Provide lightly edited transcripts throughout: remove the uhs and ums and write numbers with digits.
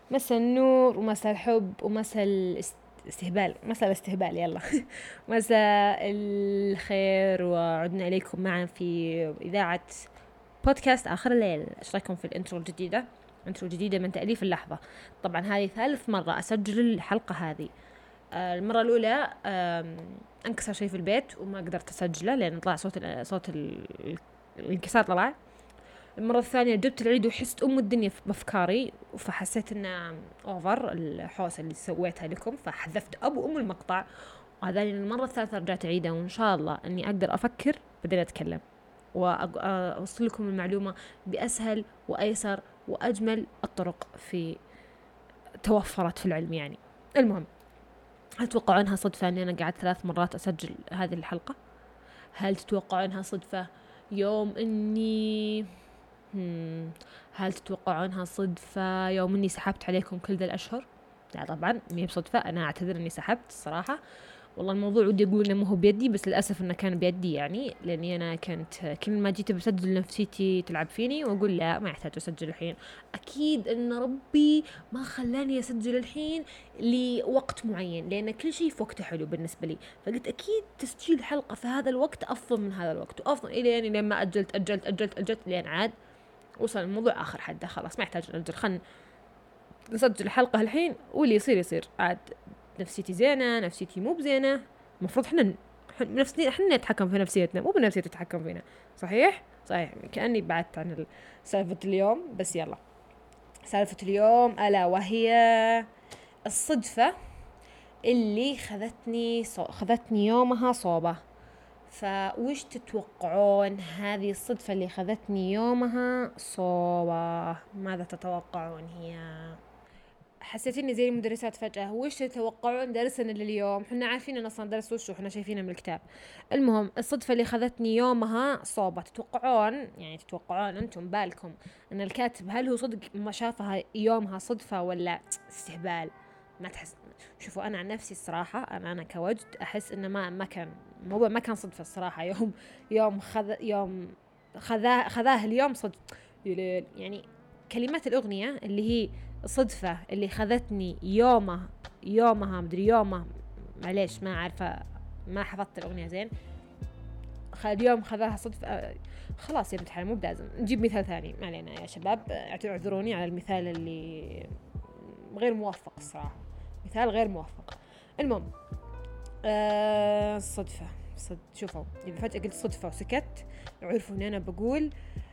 مساء النور ومساء الحب ومساء الاستهبال، مساء الاستهبال يلا. مساء الخير، وعدنا إليكم معا في إذاعة بودكاست آخر الليل. ايش رايكم في الانترو الجديدة؟ انترو جديدة من تأليف اللحظة. طبعا هذه ثالث مرة أسجل الحلقة هذه. المرة الأولى انكسر شيء في البيت وما قدرت أسجله لأن طلع صوت الانكسار طلع. المرة الثانية جبت العيد وحست الدنيا بأفكاري، فحسيت إنه أوفر الحوسة اللي سويتها لكم، فحذفت المقطع. وهذا المرة الثالثة رجعت أعيده، وإن شاء الله إني أقدر أفكر بدل أتكلم وأوصل لكم المعلومة بأسهل وأيسر وأجمل الطرق في توفرت في العلم يعني. المهم، هل تتوقعوا أنها صدفة أني أنا قعدت 3 مرات أسجل هذه الحلقة؟ هل تتوقعوا أنها صدفة يوم إني هل تتوقعونها صدفة يوم اني سحبت عليكم كل ذا الاشهر؟ لا طبعا مي بصدفة، انا اعتذر اني سحبت الصراحة. والله الموضوع ودي اقول انه ما هو بيدي، بس للاسف انه كان بيدي يعني، لاني انا كنت كل ما جيت بسجل نفسيتي تلعب فيني واقول لا ما يحتاج اسجل الحين. اكيد ان ربي ما خلاني اسجل الحين لوقت معين، لان كل شيء في وقته حلو بالنسبة لي. فقلت اكيد تسجيل حلقة في هذا الوقت افضل من هذا الوقت، وافضل الى يعني لما اجلت لين عاد وصل الموضوع آخر حده. خلاص ما يحتاج نأجل، خلنا نسجل الحلقة الحين واللي يصير عاد. نفسيتي زينة، نفسيتي مو بزينة، المفروض احنا نتحكم في نفسيتنا، مو بنفسيتي تتحكم فينا. صحيح كأني بعدت عن سالفة اليوم، بس يلا. سالفة اليوم ألا وهي الصدفة اللي خذتني يومها صوبة. فوش تتوقعون هذه الصدفة اللي خذتني يومها صوبة؟ ماذا تتوقعون هي؟ حسيت اني زي المدرسات فجأة. وش تتوقعون درسنا لليوم؟ حنا عارفين ان اصلا درس وش وحنا شايفينه من الكتاب. المهم، الصدفة اللي خذتني يومها صوبة. تتوقعون انتم بالكم ان الكاتب هل هو صدق ما شافها يومها صدفة ولا استهبال؟ ما تحس؟ شوفوا انا عن نفسي الصراحة، انا كوجد احس انه ما كان الموضوع ما كان صدفة الصراحة. يوم خذاه اليوم صدفة يعني. كلمات الأغنية اللي هي صدفة اللي خذتني يومها مدري يومه، معليش ما عارفة، ما حفظت الأغنية زين. اليوم خذاها صدفة. خلاص يا بنت الحلال، مو بلازم نجيب مثال ثاني، ما علينا يا شباب. اعذروني على المثال اللي غير موفق الصراحة، مثال غير موفق. المهم الصدفة شوفوا، إذا فجأة قلت صدفة وسكت عرفوا إن أنا بقول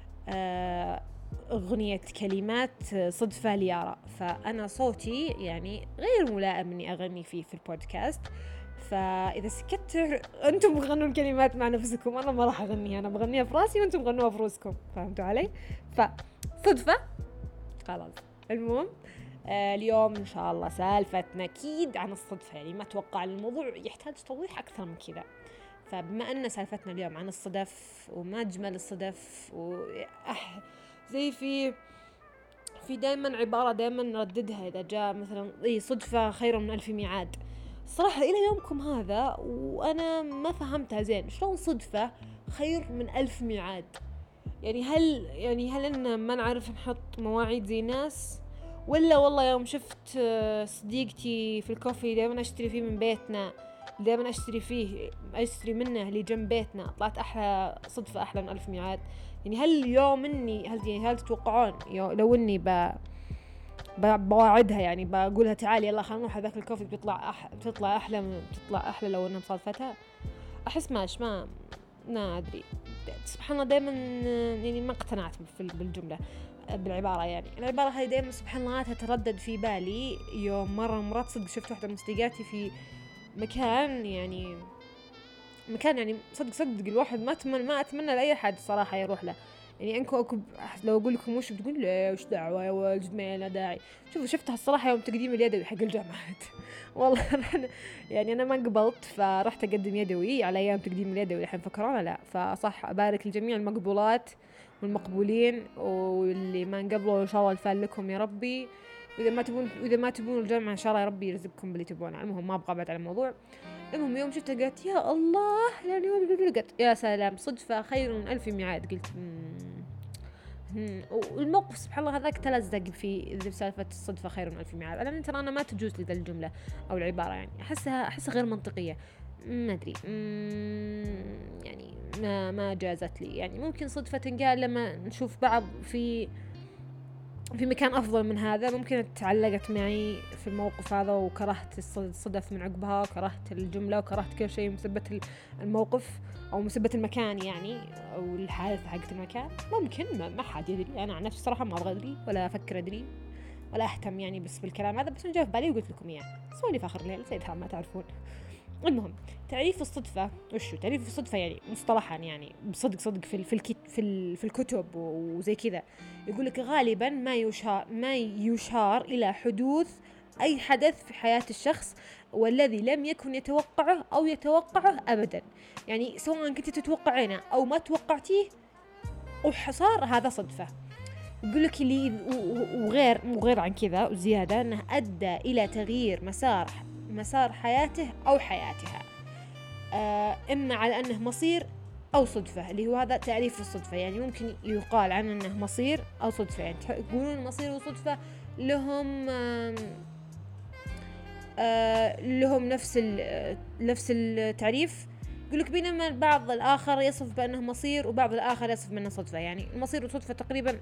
أغنية كلمات صدفة ليارا. فأنا صوتي يعني غير ملائم إني أغني فيه في البودكاست، فإذا سكت أنتم بغنوا الكلمات مع نفسكم، أنا ما راح أغنيها، أنا بغنيها في راسي وأنتم غنوها في روسكم. فهمتوا علي؟ فصدفة خلاص. المهم اليوم إن شاء الله سالفتنا أكيد عن الصدفة، يعني ما أتوقع الموضوع يحتاج توضيح أكثر من كذا. فبما أن سالفتنا اليوم عن الصدف وما أجمل الصدف زي في دائما عبارة دائما نرددها إذا جاء مثلا صدفة خير من 1000 ميعاد. صراحة إلى يومكم هذا وأنا ما فهمتها زين، شلون صدفة خير من 1000 ميعاد؟ يعني هل إن ما نعرف نحط مواعيد زي ناس؟ ولا والله يوم شفت صديقتي في الكوفي دائما أشتري فيه من بيتنا، دائما أشتري منه اللي جنب بيتنا، طلعت أحلى صدفة أحلى من 1000 ميعاد. يعني هل تتوقعون لو إني بواعدها، يعني بقولها تعالي يلا خلينا نروح هذاك الكوفي، بتطلع أحلى لو إنها مصادفتها؟ أحس ما أدري. سبحان الله دائما يعني ما اقتنعت بالجملة بالعبارة، يعني العبارة هاي دائما سبحان الله تتردد في بالي. يوم مرة صدق شفت واحدة من صديقاتي في مكان يعني صدق الواحد ما أتمنى لأي حد صراحة يروح له. يعني أنكم لو أقول لكم وش بتقول لا وش دعوة يا ولد ما له داعي. شوفوا شفتها الصراحة يوم تقديم اليدوي حق الجامعات. والله يعني أنا ما قبلت، فرحت أقدم يدوي على أيام تقديم اليدوي الحين فكرونا لا. فصح أبارك لجميع المقبولات والمقبولين، واللي ما نقبلوا إن شاء الله الفال لكم يا ربي. وإذا ما تبون الجامعة إن شاء الله يا ربي يرزقكم باللي تبونه. المهم ما أبغى أبعد عن الموضوع. المهم يوم شفتها قالت يا الله يعني قلت يا سلام صدفة خير من 1000 ميعاد. قلت والموقف سبحان الله هذاك تلزق في سالفة الصدفة خير من ألف ميعاد. أنا ترى أنا ما تجوز لي ذا الجملة أو العبارة، يعني أحسها غير منطقية، ما أدري، يعني ما جازت لي. يعني ممكن صدفة تنقال لما نشوف بعض في مكان أفضل من هذا، ممكن تعلقت معي في الموقف هذا وكرهت الصدف من عقبها، وكرهت الجملة وكرهت كل شيء مسبة الموقف أو مسبة المكان يعني، أو الحادث حقت المكان. ممكن ما حد يدري، أنا عن نفسي صراحة ما أبغى أدري ولا أفكر أدري ولا أهتم يعني بس بالكلام هذا، بس جاء في بالي وقلت لكم إياه. سوالف آخر الليل سيدها ما تعرفون. المهم تعريف الصدفة وشو تعريف الصدفة؟ يعني مصطلحا يعني بصدق في الكتب وزي كذا يقول لك غالبا ما يشار إلى حدوث أي حدث في حياة الشخص والذي لم يكن يتوقعه أو يتوقعه أبدا. يعني سواء كنت تتوقعينه أو ما توقعتيه وحصار، هذا صدفة. يقول لك اللي وغير عن كذا وزيادة أنه أدى إلى تغيير مسار حياته أو حياتها، إما على أنه مصير أو صدفة، اللي هو هذا تعريف الصدفة. يعني ممكن يقال عن أنه مصير أو صدفة، يعني يقولون مصير وصدفة لهم نفس التعريف. يقولك بينما البعض الآخر يصف بأنه مصير وبعض الآخر يصف بأنه صدفة. يعني المصير والصدفة تقريبا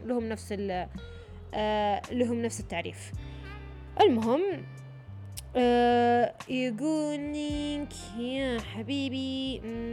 لهم نفس التعريف. المهم يقولك يا حبيبي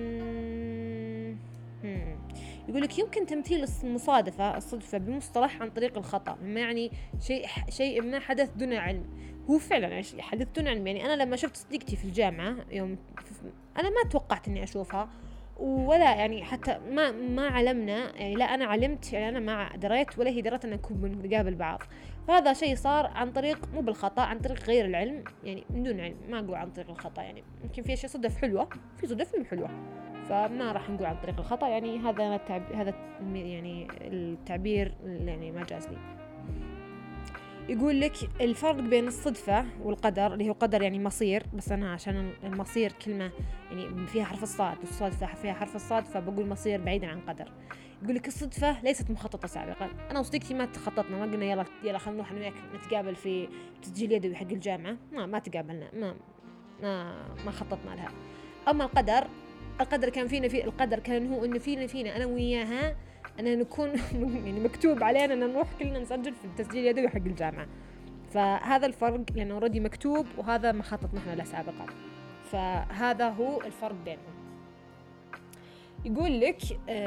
يقولك يمكن تمثيل الصدفة بمصطلح عن طريق الخطأ، بما يعني شيء ما حدث دون علم. هو فعلا حدث دون علم. يعني أنا لما شفت صديقتي في الجامعة يوم، أنا ما توقعت إني أشوفها، ولا يعني حتى ما علمنا، يعني لا أنا علمت، يعني أنا ما دريت ولا هي درت أن نكون بنقابل بعض. فهذا شيء صار عن طريق مو بالخطأ، عن طريق غير العلم، يعني من دون علم. ما أقول عن طريق الخطأ، يعني يمكن في أشياء صدف حلوة، في صدف مو حلوة، فما راح نقول عن طريق الخطأ. يعني هذا يعني التعبير يعني ما جاز لي. يقول لك الفرق بين الصدفة والقدر، اللي هو قدر يعني مصير، بس أنا عشان المصير كلمة يعني فيها حرف الصاد والصدفة فيها حرف الصاد فبقول مصير بعيدا عن قدر. يقول لك الصدفة ليست مخططة سابقا. أنا وصديقتي ما تخططنا، ما قلنا يلا خلينا نروح أنا نتقابل في تسجيل يدوي حق الجامعة، ما تقابلنا، ما خططنا لها. أما القدر كان هو إنه فينا أنا وياها أن نكون يعني مكتوب علينا أن نروح كلنا نسجل في التسجيل اليدوي حق الجامعة. فهذا الفرق، لأنه اوريدي مكتوب وهذا ما خططنا احنا له سابقا، فهذا هو الفرق بينهم. يقول لك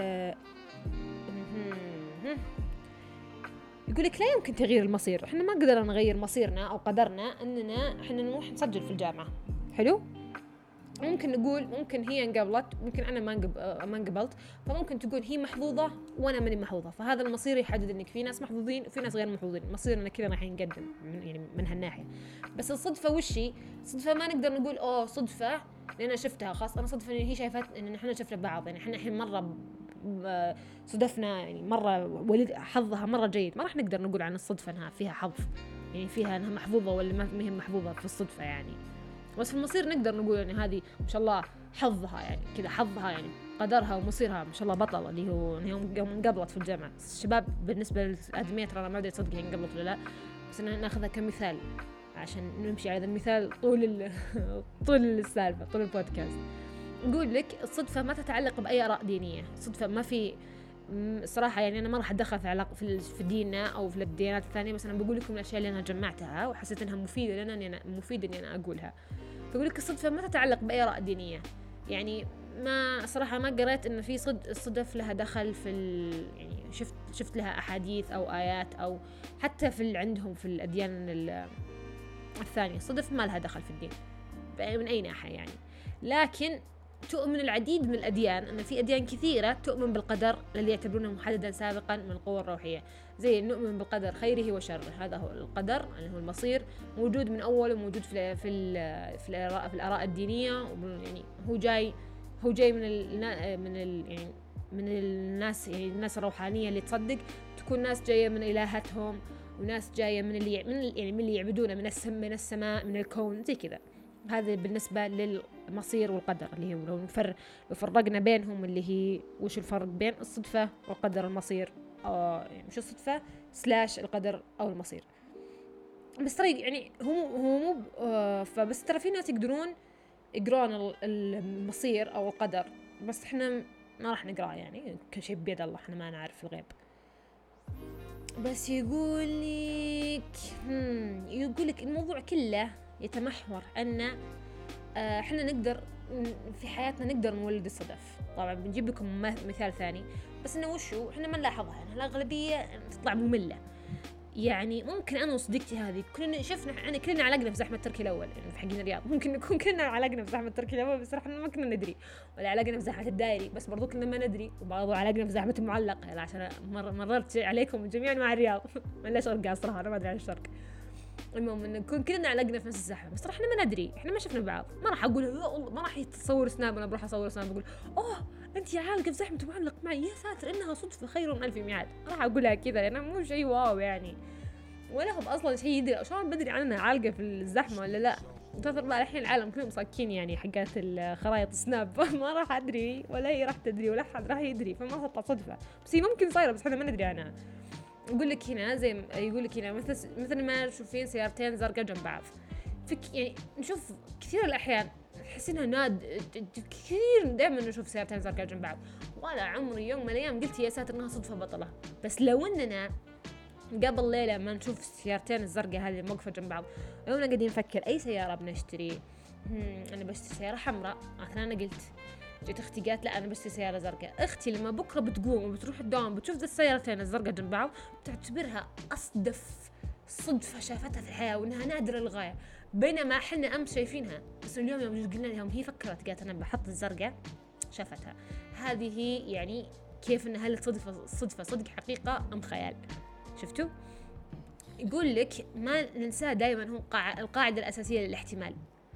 يقول لك لا يمكن تغيير المصير. احنا ما قدرنا نغير مصيرنا أو قدرنا أننا احنا نروح نسجل في الجامعة. حلو، ممكن نقول ممكن هي انقبلت، ممكن أنا ما انقبلت، فممكن تقول هي محظوظة وأنا ماني محظوظة. فهذا المصير يحدد إنك في ناس محظوظين وفي ناس غير محظوظين. مصيرنا كذا راح ينقدم يعني من هالناحية. بس الصدفة وشي صدفة ما نقدر نقول صدفة لأن شفتها. خاص أنا صدفة إن هي شايفت إن إحنا شفنا بعض، يعني إحنا الحين مرة صدفنا، يعني مرة ولد حظها مرة جيد. ما راح نقدر نقول عن الصدفة إنها فيها حظ، يعني فيها إنها محظوظة ولا ما هي محظوظة في الصدفة يعني. بس في المصير نقدر نقول يعني هذه ما شاء الله حظها، يعني كذا حظها يعني قدرها ومصيرها ما شاء الله بطل، اللي هو يوم انقبلت في الجامعة. الشباب بالنسبة للآدمية ترى أنا ما أدري صدق هي انقبلت ولا لا، بس ناخذها كمثال عشان نمشي على هذا المثال طول السالفة طول البودكاست. نقول لك الصدفة ما تتعلق بأي آراء دينية. الصدفة ما في صراحة، يعني أنا ما راح أتدخل في علاقة في ديننا أو في الديانات الثانية، بس أنا بقول لكم الأشياء اللي أنا جمعتها وحسيت أنها مفيدة لنا، أنا مفيدة إني أنا أقولها. فأقول لك الصدفة ما تتعلق بأي آراء دينية. يعني ما صراحة ما قرأت إنه في صدف لها دخل في يعني شفت لها أحاديث أو آيات أو حتى عندهم في الأديان الثانية صدف ما لها دخل في الدين من أي ناحية يعني. لكن تؤمن العديد من الأديان أن في أديان كثيرة تؤمن بالقدر الذي يعتبرونه محددا سابقا من القوة الروحية، زي نؤمن بالقدر خيره وشره. هذا هو القدر اللي هو المصير، موجود من أول وموجود في الآراء الدينية. يعني هو جاي من الناس، يعني الناس الروحانية اللي تصدق تكون ناس جاية من إلهتهم، وناس جاية من اللي يعبدونه من السماء من الكون زي كذا. هذا بالنسبة للمصير والقدر، اللي هو لو فرقنا بينهم اللي هي وش الفرق بين الصدفة والقدر المصير يعني مش الصدفة سلاش القدر أو المصير. بس ترى يعني هو مو فبس ترى في ناس يقدرون يقرون المصير أو القدر، بس إحنا ما راح نقرأ يعني كل شيء بيد الله، إحنا ما نعرف الغيب. بس يقولك الموضوع كله يتمحور أن إحنا نقدر في حياتنا نقدر نولد الصدف. طبعا بنجيب لكم مثال ثاني، بس إنه وشو إحنا ما نلاحظها يعني الأغلبية تطلع مملة. يعني ممكن أنا وصديقتي هذه كلنا شفنا يعني كلنا علقنا في زحمة تركي الأول يعني في حقين الرياض، ممكن نكون كلنا علقنا في زحمة تركي الأول بس احنا ما كنا ندري، ولا علقنا في زحمة الدائري بس برضو كنا ما ندري، وبعضو علقنا في زحمة المعلق يعني عشان مررت عليكم جميعا مع الرياض ولا شرق صراحة أنا ما أدري عن الشرق. المهم إن نكون كلنا علقنا في نفس الزحمة بس احنا ما ندري، احنا ما شفنا بعض. ما راح أقول يا الله ما راح يتصور سناب، أنا بروح أصور سناب بقول أنت عالقة في زحمة معلق معي يا ساتر إنها صدفة خير من ألف ميعاد. راح أقولها كذا لأنه مو شيء واو يعني، ولا هم اصلا شيء يدري شلون بدري عننا عالقه في الزحمه ولا لا. تطلع الحين العالم كلهم مساكين يعني حقات الخرائط سناب ما راح ادري ولا هي راح تدري ولا احد راح يدري، فما تطلع صدفه بس هي ممكن صايره بس احنا ما ندري عنها. يقول لك هنا زي يقول لك هنا مثل ما تشوفين سيارتين زرقاء جنب بعض، يعني نشوف كثير الاحيان نحس انها كثير دائما نشوف سيارتين زرقاء جنب بعض، ولا عمري يوم من الايام قلت يا ساتر انها صدفه بطله. بس لو اننا قبل ليلة ما نشوف السيارتين الزرقاء هذه موقفة جنب بعض، يومنا قاعدين نفكر أي سيارة بنشتري، أنا بشتري سيارة حمراء مثلا. أنا قلت جيت أختي قالت لا أنا بشتري سيارة زرقاء. أختي لما بكرة بتقوم وبتروح الدوام بتشوف ذا السيارتين الزرقاء جنب بعض بتعتبرها أصدف صدفة شافتها في الحياة وإنها نادرة للغاية، بينما حنا أمس شايفينها. بس اليوم يوم قلنا لهم هي فكرت قالت أنا بحط الزرقاء شافتها. هذه هي يعني كيف إن هل صدفة صدق حقيقة أم خيال. شفتوا؟ يقول لك ما ننساه دائما هو القاعدة الأساسية للاحتمال،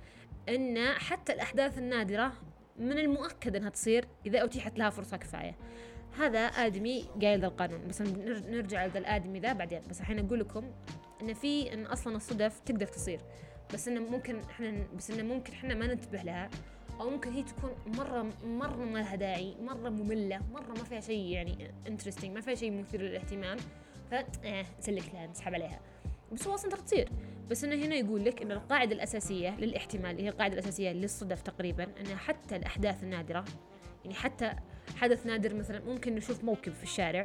أن حتى الأحداث النادرة من المؤكد أنها تصير إذا أتيحت لها فرصة كفاية. هذا آدمي قايل ذا القانون، بس نرجع لذا الآدمي ذا بعدين. بس الحين أقول لكم إن أصلا الصدف تقدر تصير، بس إنه ممكن إحنا ما ننتبه لها، أو ممكن هي تكون مرة ما لها داعي، مرة مملة، مرة ما فيها شيء يعني interesting، ما فيها شيء مثير للاهتمام، سلك لها نسحب عليها. بس هو أصلا ترى تصير. بس إنه هنا يقول لك إن القاعدة الأساسية للاحتمال هي القاعدة الأساسية للصدف تقريبا، إن حتى الأحداث النادرة يعني حتى حدث نادر مثلا ممكن نشوف موكب في الشارع،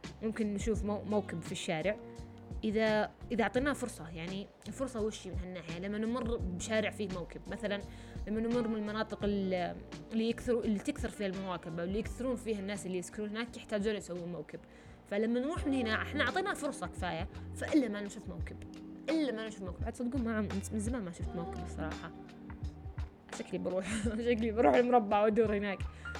موكب في الشارع إذا أعطيناه فرصة. يعني الفرصة وش من هالناحية؟ لما نمر بشارع فيه موكب مثلا، لما نمر من المناطق اللي تكثر فيها المواكب أو اللي يكثرون فيها الناس اللي يسكنون هناك يحتاجون يسوون موكب، فلما نروح من هنا احنا أعطيناه فرصة كفاية، فإلا ما نشوف موكب. تصدقون من زمان ما شفت موكب الصراحة. شكلي بروح المربع وأدور هناك.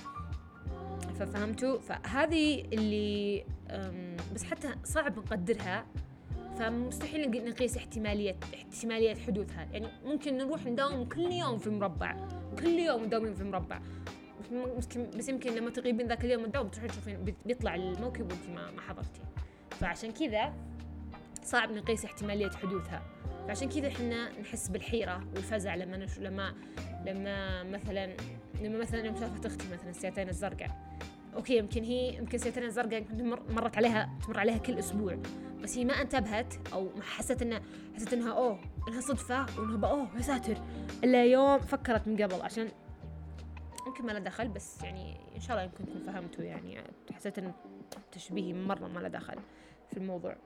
ففهمتوا؟ فهذه اللي بس حتى صعب نقدرها، فمستحيل نقيس احتمالية حدوثها. يعني ممكن نروح نداوم كل يوم في المربع، كل يوم نداومين في المربع، بس يمكن لما تغيبين ذاك اليوم الدوام تروحين تشوفين بيطلع الموكب وانت ما حضرتي. فعشان كذا صعب نقيس احتمالية حدوثها. فعشان كذا احنا نحس بالحيرة والفزع لما مثلا يوم شافت اختي مثلا السيارتين الزرقاء. اوكي يمكن السيارتين الزرقاء تمر عليها كل اسبوع، بس هي ما انتبهت او ما حست انها انها صدفة وانها يا ساتر، الا يوم فكرت من قبل. عشان يمكن ما له دخل، بس يعني ان شاء الله يمكن تكون فهمتوا. يعني حسيت ان تشبيهي مرة ما له دخل في الموضوع.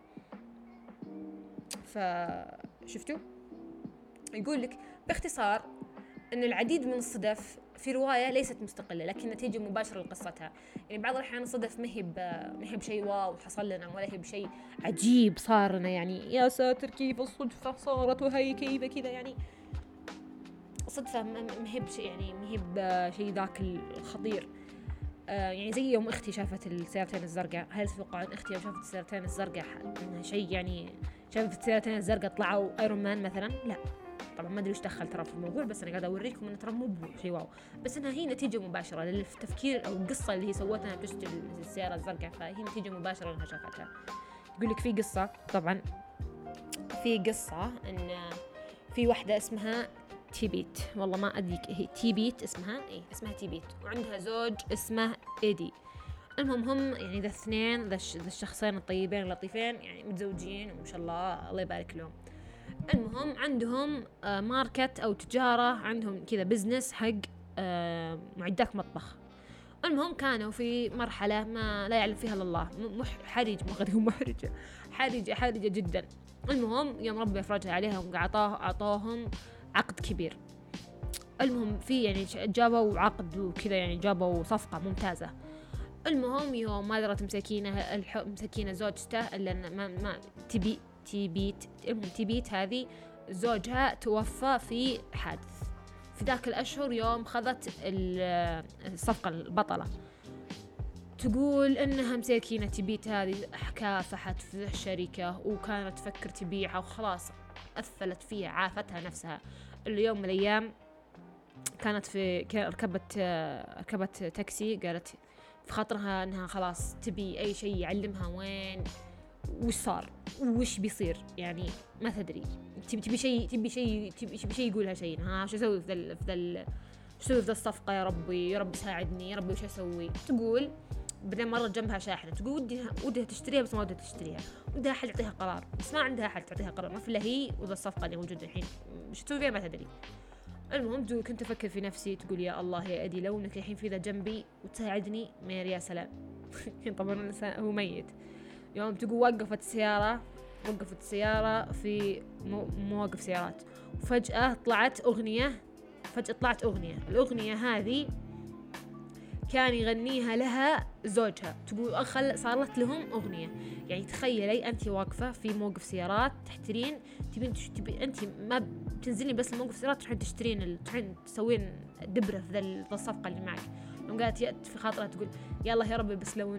فشفتوا؟ يقول لك باختصار أن العديد من الصدف في رواية ليست مستقلة لكن نتيجة مباشرة لقصتها. يعني بعض الأحيان الصدف ما هي بشيء واو حصل لنا، ولا هي بشيء عجيب صار لنا يعني يا ساتر كيف الصدفة صارت وهي كيف كذا. يعني الصدفة ما هي بشيء، يعني ما هي بشيء ذاك الخطير. يعني زي يوم أختي شافت السيارتين الزرقاء، هل تتوقعون أختي يوم شافت السيارتين الزرقاء إنها شيء يعني شافت السيارتين الزرقاء طلعوا ايرون مان مثلا؟ لا طبعا ما ادري ايش دخل ترى في الموضوع، بس انا قاعده اوريكم انه ترى مو شيء واو، بس انها هي نتيجه مباشره للتفكير او القصه اللي هي سوتها تسجل السياره الزرقاء، فهي نتيجه مباشره انها شافتها. يقول لك في قصه ان في واحده اسمها تيبيت، والله ما ادري هي تيبيت اسمها تيبيت، وعندها زوج اسمه ايدي. المهم هم يعني ذا اثنين ذا الشخصين الطيبين اللطيفين يعني متزوجين وما شاء الله الله يبارك لهم. المهم عندهم ماركت أو تجارة، عندهم كذا بزنس حق معدات مطبخ. المهم كانوا في مرحلة ما لا يعلم فيها إلا الله، حرجة جدا. المهم يوم ربي يفرجها عليهم أعطاهم عقد كبير. المهم في يعني جابوا عقد وكذا، يعني جابوا صفقة ممتازة. المهم يوم ما درت مسكينة زوجته إلا ما تبيت هذه زوجها توفى في حادث في ذاك الأشهر يوم خذت الصفقة البطلة. تقول إنها مسكينة تبيت هذه كافحت في الشركة وكانت تفكر تبيعها وخلاص أثلت فيها عافتها نفسها. اليوم من الأيام ركبت تاكسي، قالت في خاطرها انها خلاص تبي اي شيء يعلمها وين وش صار وش بيصير، يعني ما تدري تبي شيء يقولها شيء. شو اسوي في ذا الصفقه؟ يا ربي ساعدني يا ربي، وش اسوي؟ تقول بعدين مرة جنبها شاحنة، تقول ودها تشتريها بس ما ودها تشتريها، ودها أحد يعطيها قرار بس ما عندها أحد تعطيها قرار، ما في إلا هي وذا الصفقة اللي موجودة الحين، وش تسوي فيها ما تدري. المهم تقول كنت أفكر في نفسي، تقول يا الله يا أدي لو إنك الحين في ذا جنبي وتساعدني مير يا سلام. طبعا هو ميت. يوم تقول وقفت السيارة في مواقف سيارات، وفجأة طلعت أغنية. الأغنية هذه كان يغنيها لها زوجها. تقول صارت لهم أغنية. يعني تخيلي أنت واقفة في موقف سيارات تحترين، تبي أنت ما بتنزلين بس الموقف سيارات تروحين تروحين تسوين دبرة في ذا الصفقة اللي معك. يوم قالت في خاطرها تقول يا الله يا ربي بس لو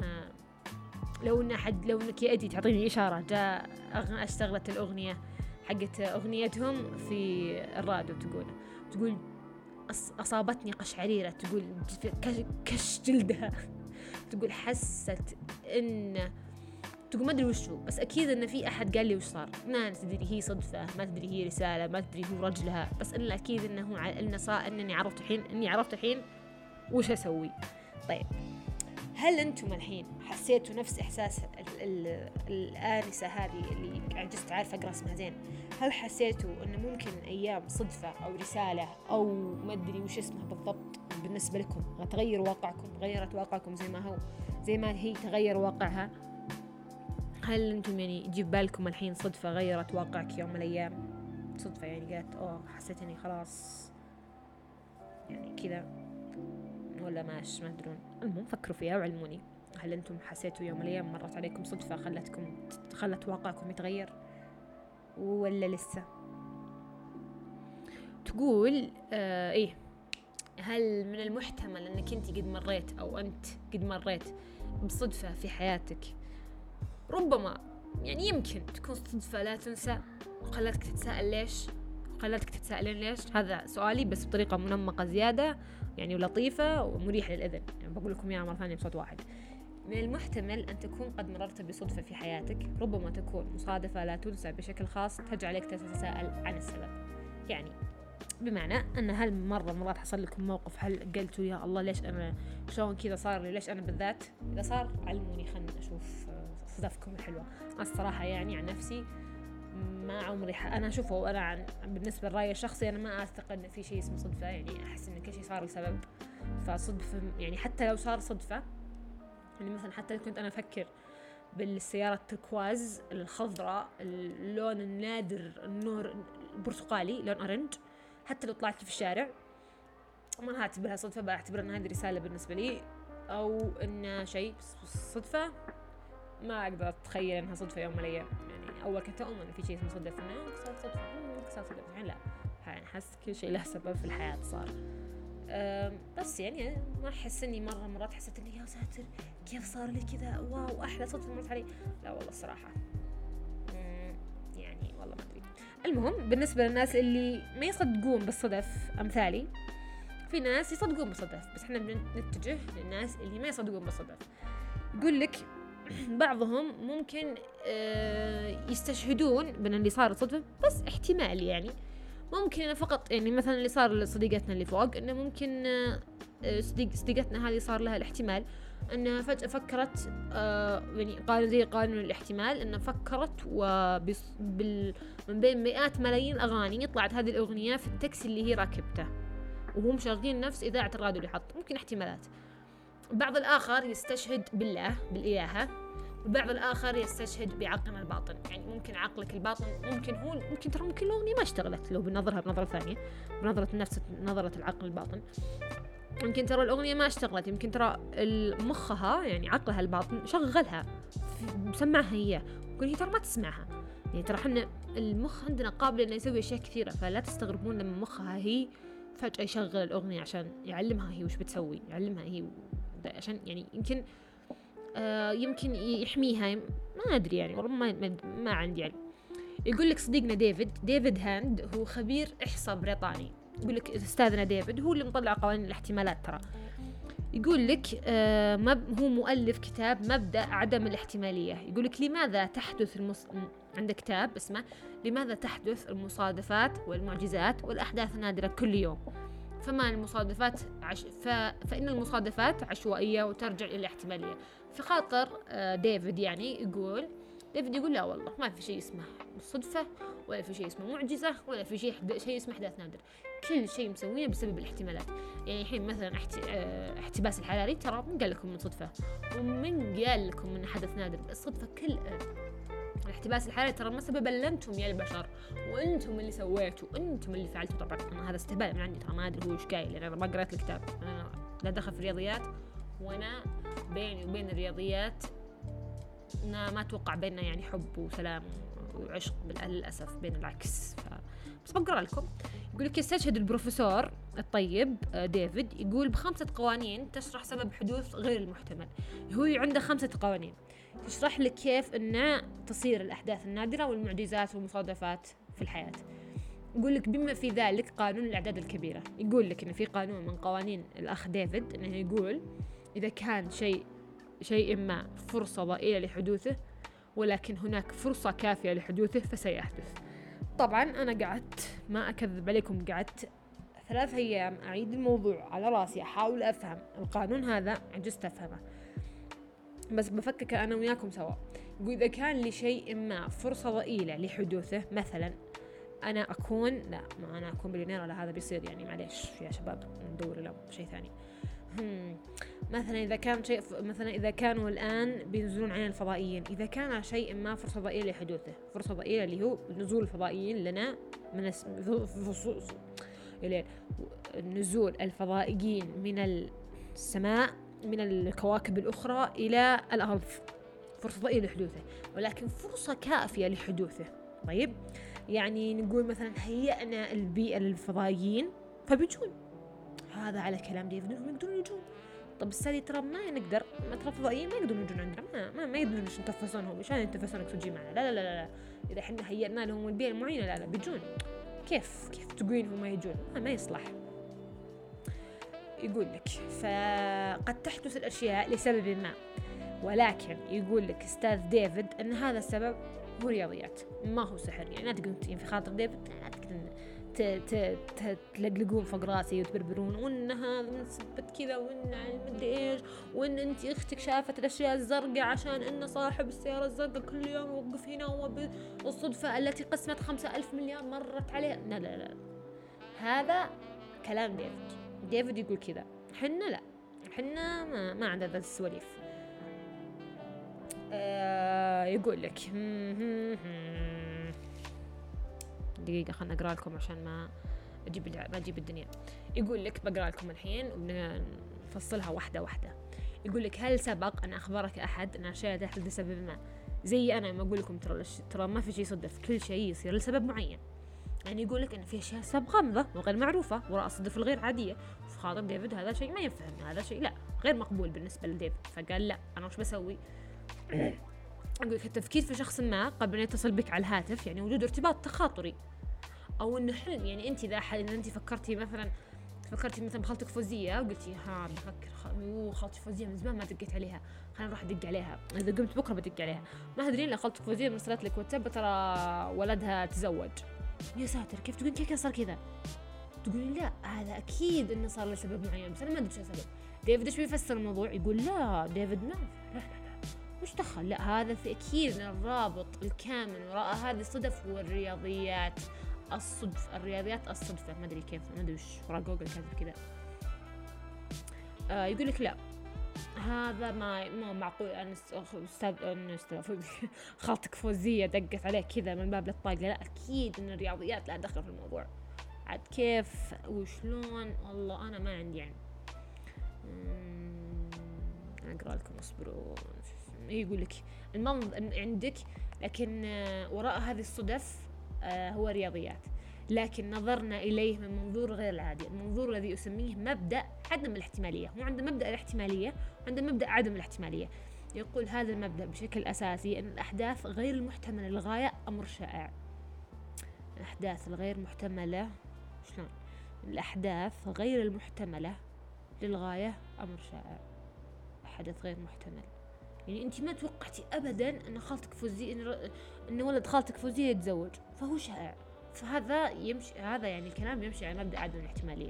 إنك يا أدي تعطيني إشارة جاء اشتغلت الأغنية حقت أغنيتهم في الراديو. تقول أصابتني قشعريرة، تقول كش جلدها. تقول حست تقول ما أدري وشو، بس أكيد إن في أحد قال لي وش صار. ما تدري هي صدفة، ما تدري هي رسالة، ما تدري هو رجلها، بس إلا أكيد إني عرفت الحين وش أسوي. طيب هل أنتم الحين حسيتوا نفس إحساس الآنسة هذه اللي عجزت عارفة أقرأ اسمها زين؟ هل حسيتوا إنه ممكن أيام صدفة أو رسالة أو ما أدري وش اسمها بالضبط بالنسبة لكم تغير واقعكم، غيرت واقعكم زي ما هي تغير واقعها؟ هل أنتم يعني يجيب بالكم الحين صدفة غيرت واقعك يوم من الأيام؟ صدفة يعني قالت حسيت إني خلاص يعني كذا، ولا ما تدرون؟ المهم فكروا فيها وعلموني، هل أنتم حسيتوا يوم من الأيام مرت عليكم صدفة خلت واقعكم يتغير ولا لسه؟ تقول إيه، هل من المحتمل أنك أنت قد مريت بصدفة في حياتك ربما يعني يمكن تكون صدفة لا تنسى وخلتك تتساءلين ليش؟ هذا سؤالي بس بطريقة منمقة زيادة يعني ولطيفة ومريحة للأذن، يعني بقول لكم إياها مرة ثانية بصوت واحد. من المحتمل أن تكون قد مررت بصدفة في حياتك، ربما تكون مصادفة لا تنسى بشكل خاص تجعلك تتساءل عن السبب. يعني بمعنى أن هل مرات حصل لكم موقف هل قلتوا يا الله ليش أنا شلون كذا صار لي، ليش أنا بالذات؟ إذا صار علموني خلنا أشوف صدفكم الحلوة. الصراحة يعني عن نفسي ما عمري أنا أشوفه، أنا بالنسبة للرأي الشخصي أنا ما أعتقد أن في شيء اسمه صدفة. يعني أحس إن كل شيء صار لسبب، فصدفة يعني حتى لو صار صدفة، يعني مثلا حتى لو كنت أنا أفكر بالسيارة التركواز الخضراء اللون النادر النور البرتقالي لون أورنج، حتى لو طلعت في الشارع ما هعتبرها صدفة، بعتبر أن هذه رسالة بالنسبة لي أو إن شيء صدفة. ما أقدر أتخيل إنها صدفة يوم من الأيام. يعني أول كنت أؤمن في شيء اسمه صدفة، إنه صار صدفة يعني لا، يعني أحس كل شيء له سبب في الحياة صار. بس يعني ما أحس إني مرات حسيت إني يا ساتر كيف صار لي كذا، واو أحلى صدفة مرت علي. لا والله الصراحة يعني والله ما أدري. المهم بالنسبة للناس اللي ما يصدقون بالصدف أمثالي، في ناس يصدقون بالصدف، بس إحنا بنتجه للناس اللي ما يصدقون بالصدف. يقول لك بعضهم ممكن يستشهدون بأن اللي صار صدفة، بس احتمال يعني ممكن أنا فقط يعني مثلا اللي صار لصديقتنا اللي فوق إنه ممكن صديقتنا هذه صار لها الاحتمال أنها فجأة فكرت يعني قانون زي قانون الاحتمال، أنها فكرت من بين مئات ملايين الأغاني طلعت هذه الأغنية في التاكسي اللي هي راكبته وهم شغالين نفس إذاعة الراديو اللي حط. ممكن احتمالات. بعض الآخر يستشهد بالله بالإلهة، والبعض الآخر يستشهد بعقلنا الباطن. يعني ممكن عقلك الباطن ممكن الأغنية ما اشتغلت لو بنظرها بنظرة ثانية، بنظرة النفس، نظرة العقل الباطن. يمكن ترى الأغنية ما اشتغلت، يمكن ترى مخها يعني عقلها الباطن شغلها مسمعها إياه، يقول هي ترى ما تسمعها. يعني ترى حنا المخ عندنا قابل إنه يسوي أشياء كثيرة، فلا تستغربون لما مخها هي فجأة يشغل الأغنية عشان يعلمها هي وش بتسوي، يعلمها هي عشان يعني يمكن يحميها، ما أدري يعني والله ما عندي يعني. يقول لك صديقنا ديفيد هاند هو خبير إحصاء بريطاني، يقول لك أستاذنا ديفيد هو اللي مطلع قوانين الاحتمالات ترى. يقول لك هو مؤلف كتاب مبدأ عدم الاحتمالية. يقول لك لماذا تحدث عنده كتاب اسمه لماذا تحدث المصادفات والمعجزات والأحداث النادرة كل يوم، فما المصادفات فإن المصادفات عشوائية وترجع إلى الاحتمالية. في خاطر ديفيد يقول لا والله ما في شيء اسمه صدفة، ولا في شيء اسمه معجزة، ولا في شيء اسمه أحداث نادرة. كل شيء مسوينه بسبب الاحتمالات. يعني الحين مثلا احتباس الحراري ترى من قال لكم من صدفة، ومن قال لكم من حدث نادر. الصدفة كل الاحتباس الحراري ترى ما سبب الا انتم يا البشر، وانتم اللي سويتوا، انتم اللي فعلتوا. طبعا أنا هذا استهبال من عندي ترى، ما ادري هو ايش قايل، لان انا ما قرأت الكتاب، انا لا دخل في الرياضيات، وانا بيني وبين الرياضيات ما توقع بيننا يعني حب وسلام وعشق للأسف، بين العكس. بس بقرأ لكم. يقول لك يستشهد البروفيسور الطيب ديفيد، يقول ب5 قوانين تشرح سبب حدوث غير المحتمل. هو عنده 5 قوانين تشرح لك كيف أن تصير الأحداث النادرة والمعجزات والمصادفات في الحياة. يقول لك بما في ذلك قانون الأعداد الكبيرة. يقول لك إن في قانون من قوانين الأخ ديفيد، إنه يقول إذا كان شيء ما فرصة ضئيلة لحدوثه، ولكن هناك فرصة كافية لحدوثه فسيحدث. طبعا أنا قعدت ما أكذب عليكم، قعدت 3 أيام أعيد الموضوع على راسي، أحاول أفهم القانون هذا، عجزت أفهمه، بس بفكك أنا وياكم سوا. يقول إذا كان لشيء ما فرصة ضئيلة لحدوثه، مثلا أنا أكون بليونير، ولا هذا بيصير يعني معليش يا شباب ندور له شيء ثاني. مثلا إذا كانوا الآن بينزلون علينا الفضائيين، إذا كان شيء ما فرصة ضئيلة لحدوثه، فرصة ضئيلة اللي هو نزول الفضائيين لنا من نزول الفضائيين من السماء، من الكواكب الأخرى إلى الأرض، فرصة ضئيلة لحدوثه، ولكن فرصة كافية لحدوثه. طيب يعني نقول مثلا هيئنا البيئة للفضائيين فبيجون، هذا على كلام ديفيد انهم يقدرون يجون. طب السادي ترى ما نقدر، ما ترى فضائيين ما يقدرون يجون عندنا، ما يقدرون يتنفسونهم، عشان يتنفسون اكسجين معنا، لا لا لا لا. اذا احنا هيئنا لهم البيئة المعينة لا بيجون. كيف تقولين هم ما يجون؟ ما يصلح. يقول لك فقد تحدث الاشياء لسبب ما، ولكن يقول لك استاذ ديفيد ان هذا السبب هو رياضيات، ما هو سحر. يعني لا تقولون في خاطر ديفيد، لا تقولون تلقلقون فوق راسي وتبربرون وان هذا من سبت كذا وان مدري ايش، وان انت اختك شافت الاشياء الزرقاء عشان ان صاحب السيارة الزرقاء كل يوم يوقف هنا، والصدفة التي قسمت 5000 مليار مرت عليها. لا لا لا، هذا كلام ديفيد يقول كذا. حنا لا، حنا ما عندنا ذا السواليف. يقول لك دقيقة خلنا أقرأ لكم عشان ما أجيب الدنيا. يقول لك بقرأ لكم الحين ونفصلها واحدة واحدة. يقول لك هل سبق أن أخبرك أحد أن أشياء تحدث لسبب ما؟ زي أنا ما أقول لكم ترى ما في شيء صدف، كل شيء يصير لسبب معين. يعني يقول لك أن في أشياء سبب غامضة وغير معروفة وراء الصدف الغير عادية. في خاطر ديفيد هذا شيء ما يفهم، هذا شيء لا غير مقبول بالنسبة لديفيد، فقال لا أنا وش بسوي؟ أقول لك التفكير في شخص ما قبل أن يتصل بك على الهاتف يعني وجود ارتباط تخاطري أو إنه حلم. يعني أنت إذا أنت فكرتي مثلا بخالتك فوزية وقلتي بفكر خالتي فوزية من زمان ما دقيت عليها، خلينا نروح ندق عليها، إذا قمت بكرة بدق عليها، ما تدرين لا خالتك فوزية مرسلت لك واتساب ترى ولدها تزوج. يا ساتر، كيف تقولين كيف صار كذا؟ تقولين لا هذا أكيد إنه صار لسبب معين، بس أنا ما أدري شو السبب. ديفيد ايش بيفسر الموضوع؟ يقول لا ديفيد ما لا مش دخل، لا هذا في أكيد الرابط الكامل وراء هذه الصدف والرياضيات الرياضيات الصدفة، ما أدري كيف، ما أدري وش وراء جوجل كاتب كذا. يقول لك لا هذا ما معقول أن خالتك فوزية دقت عليك كذا من باب الطاقة، لا أكيد إن الرياضيات لا دخل في الموضوع. عاد كيف وشلون والله أنا ما عندي يعني. أقرأ لكم اصبروا. يقول لك المنظر عندك لكن وراء هذه الصدف هو رياضيات، لكن نظرنا إليه من منظور غير العادي، المنظور الذي أسميه مبدأ عدم الاحتمالية. مو عند مبدأ الاحتمالية، عند مبدأ عدم الاحتمالية. يقول هذا المبدأ بشكل أساسي أن الأحداث غير المحتملة للغاية أمر شائع. الأحداث الغير محتملة شلون؟ الأحداث غير المحتملة للغاية أمر شائع. حدث غير محتمل يعني أنت ما توقعتي أبدا أن خالتك فوزية إن ولد خالتك فوزية يتزوج، فهو شائع. فهذا يمشي، هذا يعني الكلام يمشي على مبدأ عدم الاحتمالية.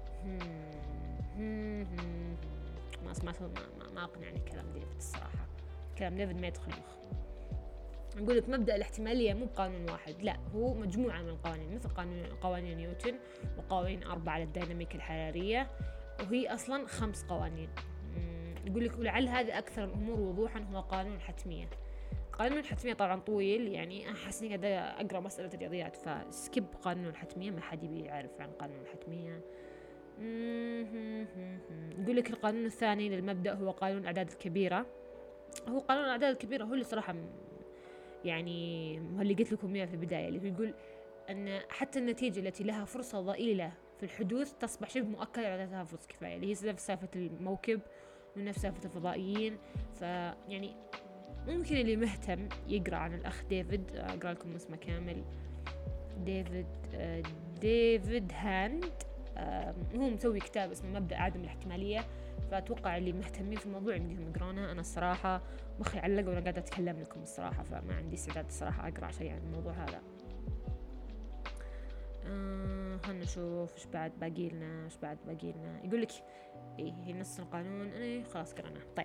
ما أقنعني كلام ديفيد الصراحة. كلام ديفيد ما يدخل مخ. نقول لك مبدأ الاحتمالية مو قانون واحد، لا هو مجموعة من القوانين، مثل قوانين نيوتن وقوانين 4 للديناميكا الحرارية، وهي أصلا 5 قوانين. يقول لك ولعل هذا أكثر الأمور وضوحا هو قانون الحتمية. قانون الحتمية طبعا طويل، يعني أحس إني قاعدة أقرأ مسألة الرياضيات فسكيب قانون الحتمية، ما حد يعرف عن قانون الحتمية. يقول لك القانون الثاني للمبدأ هو قانون الأعداد الكبيرة. هو قانون الأعداد الكبيرة هو اللي صراحة يعني هو اللي قلت لكم إياه في البداية، اللي يقول أن حتى النتيجة التي لها فرصة ضئيلة في الحدوث تصبح شبه مؤكدة على تحفظ كفاية، اللي هي نفس سالفة الموكب ونفس سالفة الفضائيين. فيعني ممكن اللي مهتم يقرأ عن الأخ ديفيد، أقرأ لكم اسمه كامل، ديفيد هاند. هو مسوي كتاب اسمه مبدأ عدم الاحتمالية، فأتوقع اللي مهتمين في الموضوع يمديهم يقرونه. أنا الصراحة مخي علق وأنا قاعدة أتكلم لكم الصراحة، فما عندي استعداد الصراحة أقرأ شيء عن الموضوع هذا. خلنا نشوف إيش بعد باقي لنا. يقول لك إيه هي نص القانون، أنا خلاص قرأناه. طيب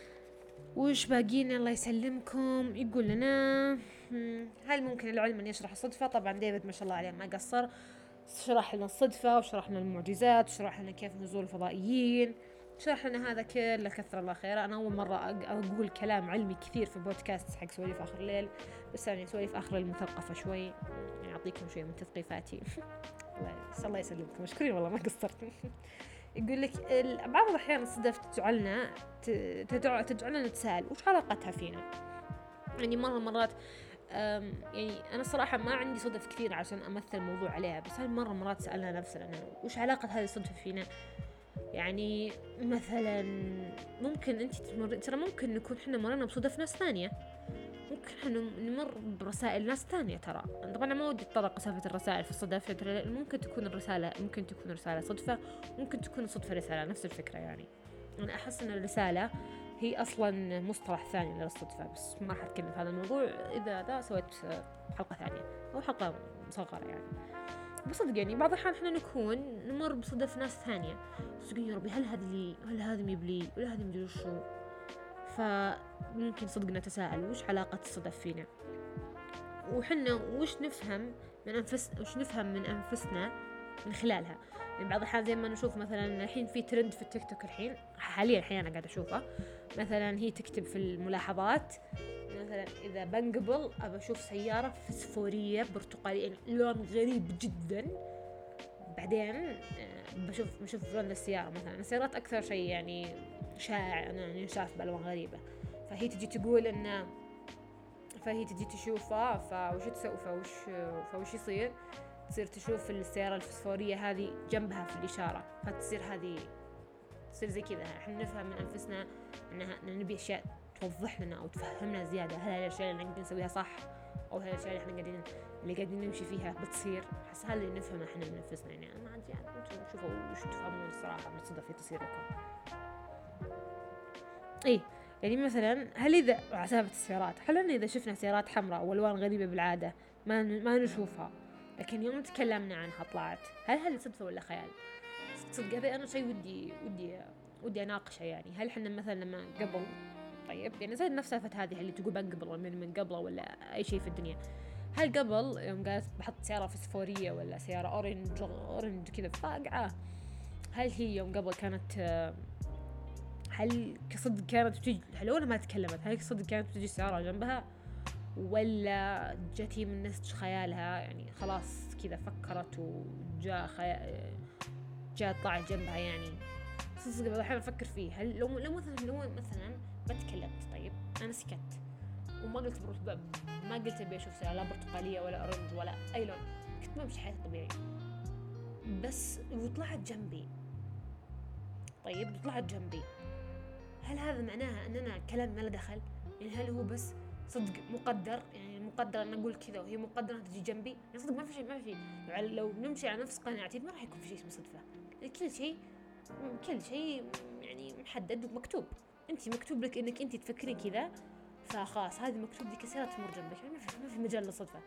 وش باقينا؟ الله يسلمكم. يقول لنا هل ممكن العلم أن يشرح الصدفة؟ طبعا ديفيد ما شاء الله عليه ما قصر، شرح لنا الصدفة وشرح لنا المعجزات وشرح لنا كيف نزول الفضائيين، شرح لنا هذا كله كثر الله خيره. أنا أول مرة أقول كلام علمي كثير في بودكاست حق سواليف آخر الليل، بس يعني سواليف آخر المثقفة شوي، يعني أعطيكم شوي من تثقيفاتي. الله يسلمكم، مشكورين والله ما قصرت. يقول لك بعض الأحيان الصدف تجعلنا نتساءل وش علاقتها فينا. يعني مرات يعني أنا صراحة ما عندي صدف كثير عشان أمثل الموضوع عليها، بس هاي مرات سألنا نفسنا وش علاقة هذه الصدفة فينا. يعني مثلا ممكن أنت ترى ممكن نكون إحنا مرينا بصدف ناس ثانية، ممكن إحنا نمر برسائل ناس ثانية. ترى طبعا ما ودي أتطرق سالفة الرسائل في الصدف، ممكن تكون الرسالة ممكن تكون رسالة صدفة، ممكن تكون الصدفة رسالة، نفس الفكرة. يعني أنا أحس أن الرسالة هي أصلا مصطلح ثاني للصدفة، بس ما راح أتكلم في هذا الموضوع. إذا ده سويت حلقة ثانية أو حلقة مصغرة يعني. بصدق يعني بعض الأحيان إحنا نكون نمر بصدف ناس ثانية، صدق يا ربي هل هذا ميبلي ولا هذا مدري شو. فممكن صدق نتساءل وش علاقة الصدف فينا، وحنا وش نفهم من أنفسنا من خلالها. يعني بعض الأحيان زي ما نشوف مثلا الحين في ترند في التيك توك، الحين حاليا أنا قاعدة أشوفه، مثلا هي تكتب في الملاحظات مثلا إذا بنقبل أبى أشوف سيارة فسفورية برتقالية، يعني لون غريب جدا. بعدين بشوف لون السيارة، مثلا السيارات أكثر شيء يعني شائع أنا يعني شاف بألوان غريبة، فهي تجي تقول إن فهي تجي تشوفها فوش تسوي فوش يصير، تصير تشوف السيارة الفسفورية هذه جنبها في الإشارة، فتصير زي كذا. احنا نفهم من أنفسنا إنها نبي أشياء توضح لنا أو تفهمنا زيادة، هل هذه الأشياء اللي نقدر نسويها صح، أو هذه الأشياء اللي احنا قاعدين نمشي فيها بتصير. حس هذا اللي نفهمه احنا من أنفسنا. يعني أنا ما عندي يعني أنتم شوفوا وش تفهمون الصراحة من الصدف تصير لكم. إيه يعني مثلا هل إذا عسافة السيارات، هل أن إذا شفنا سيارات حمراء والوان غريبة بالعادة ما نشوفها، لكن يوم تكلمنا عنها طلعت، هل هذه صدفة ولا خيال؟ صدق هذا أنا شيء ودي ودي أناقشه. يعني هل إحنا مثلا لما قبل، طيب يعني زي نفس سالفة هذه اللي تقول بنقبل من قبله ولا أي شيء في الدنيا، هل قبل يوم قالت بحط سيارة فسفورية ولا سيارة أورنج كذا فاقعة، هل هي يوم قبل كانت هل كصدق كانت بتجي لو ما تكلمت، هل صدق كانت بتجي سيارة جنبها، ولا جاتي من نسج خيالها؟ يعني خلاص كذا فكرت وجاء جاء طلعت جنبها. يعني صدق بعض الأحيان أفكر فيه، هل لو مثلا ما تكلمت، طيب أنا سكت وما قلت ما قلت أبي أشوف سيارة لا برتقالية ولا أورنج ولا أي لون، كنت بمشي حياتي طبيعي، بس وطلعت جنبي، طيب طلعت جنبي، هل هذا معناها أن أنا كلام ما له دخل؟ يعني هل هو بس صدق مقدر، يعني مقدر أن أقول كذا وهي مقدرة تجي جنبي؟ يعني صدق ما في شيء لو نمشي على نفس قناعتي ما راح يكون في شيء اسمه صدفة. كل شيء يعني محدد ومكتوب، أنت مكتوب لك إنك أنت تفكري كذا، فخلاص هذه مكتوب لك كثيرة تمر جنبك، يعني ما في مجال للصدفة.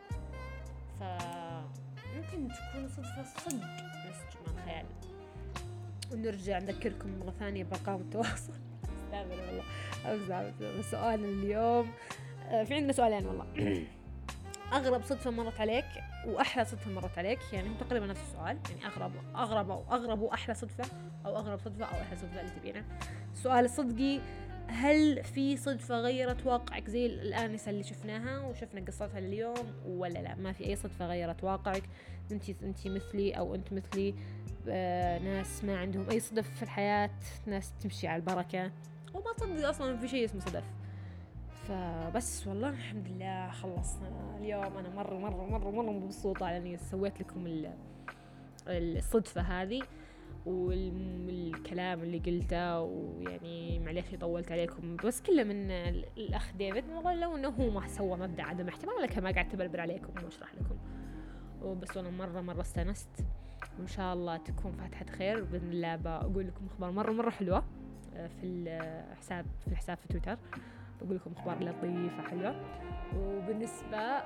فممكن تكون صدفة صدق نسج من الخيال. ونرجع نذكركم مرة ثانية بأرقام التواصل. استغفر والله أمزح. سؤال اليوم في عندنا سؤالين والله. أغرب صدفة مرت عليك وأحلى صدفة مرت عليك، يعني هم تقريبا نفس السؤال، يعني أغرب وأحلى صدفة، أو أغرب صدفة أو أحلى صدفة اللي تبينه. السؤال الصدقي، هل في صدفة غيرت واقعك زي الآنسة اللي شفناها وشفنا قصتها لليوم، ولا لا ما في أي صدفة غيرت واقعك؟ أنت مثلي أو أنت مثلي، ناس ما عندهم أي صدف في الحياة، ناس تمشي على البركة وما تصدق أصلا في شيء اسمه صدف. فبس والله الحمد لله خلصنا اليوم. أنا مرة مبسوطة على أني سويت لكم الصدفة هذه والكلام اللي قلته، ويعني معليش طولت عليكم، بس كله من الأخ ديفيد، والله لو أنه هو ما سوى مبدأ عدم احتمال لك ما قاعد تبلبل عليكم واشرح لكم. وبس أنا مرة استانست، وإن شاء الله تكون فاتحة خير بإذن الله. بقول لكم أخبار مرة حلوة في الحساب في تويتر، بقول لكم أخبار لطيفة حلوة. وبالنسبة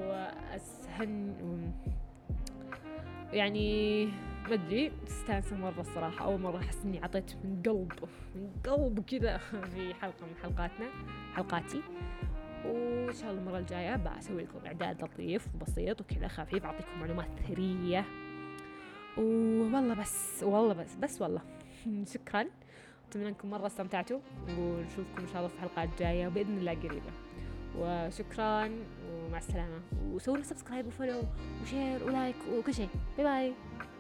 يعني ما أدري، استانسة مرة الصراحة، أول مرة أحس إني عطيت من قلب كذا في حلقة من حلقاتي. وإن شاء الله المرة الجاية بسوي لكم إعداد لطيف وبسيط وكذا خفيف، أعطيكم معلومات ثرية. بس والله شكرا، أتمنى أنكم مرة استمتعتوا، ونشوفكم إن شاء الله في الحلقات الجاية بإذن الله قريبة. وشكرا ومع السلامة، وسووا لنا سبسكرايب وفولو وشير ولايك وكل شيء. باي باي.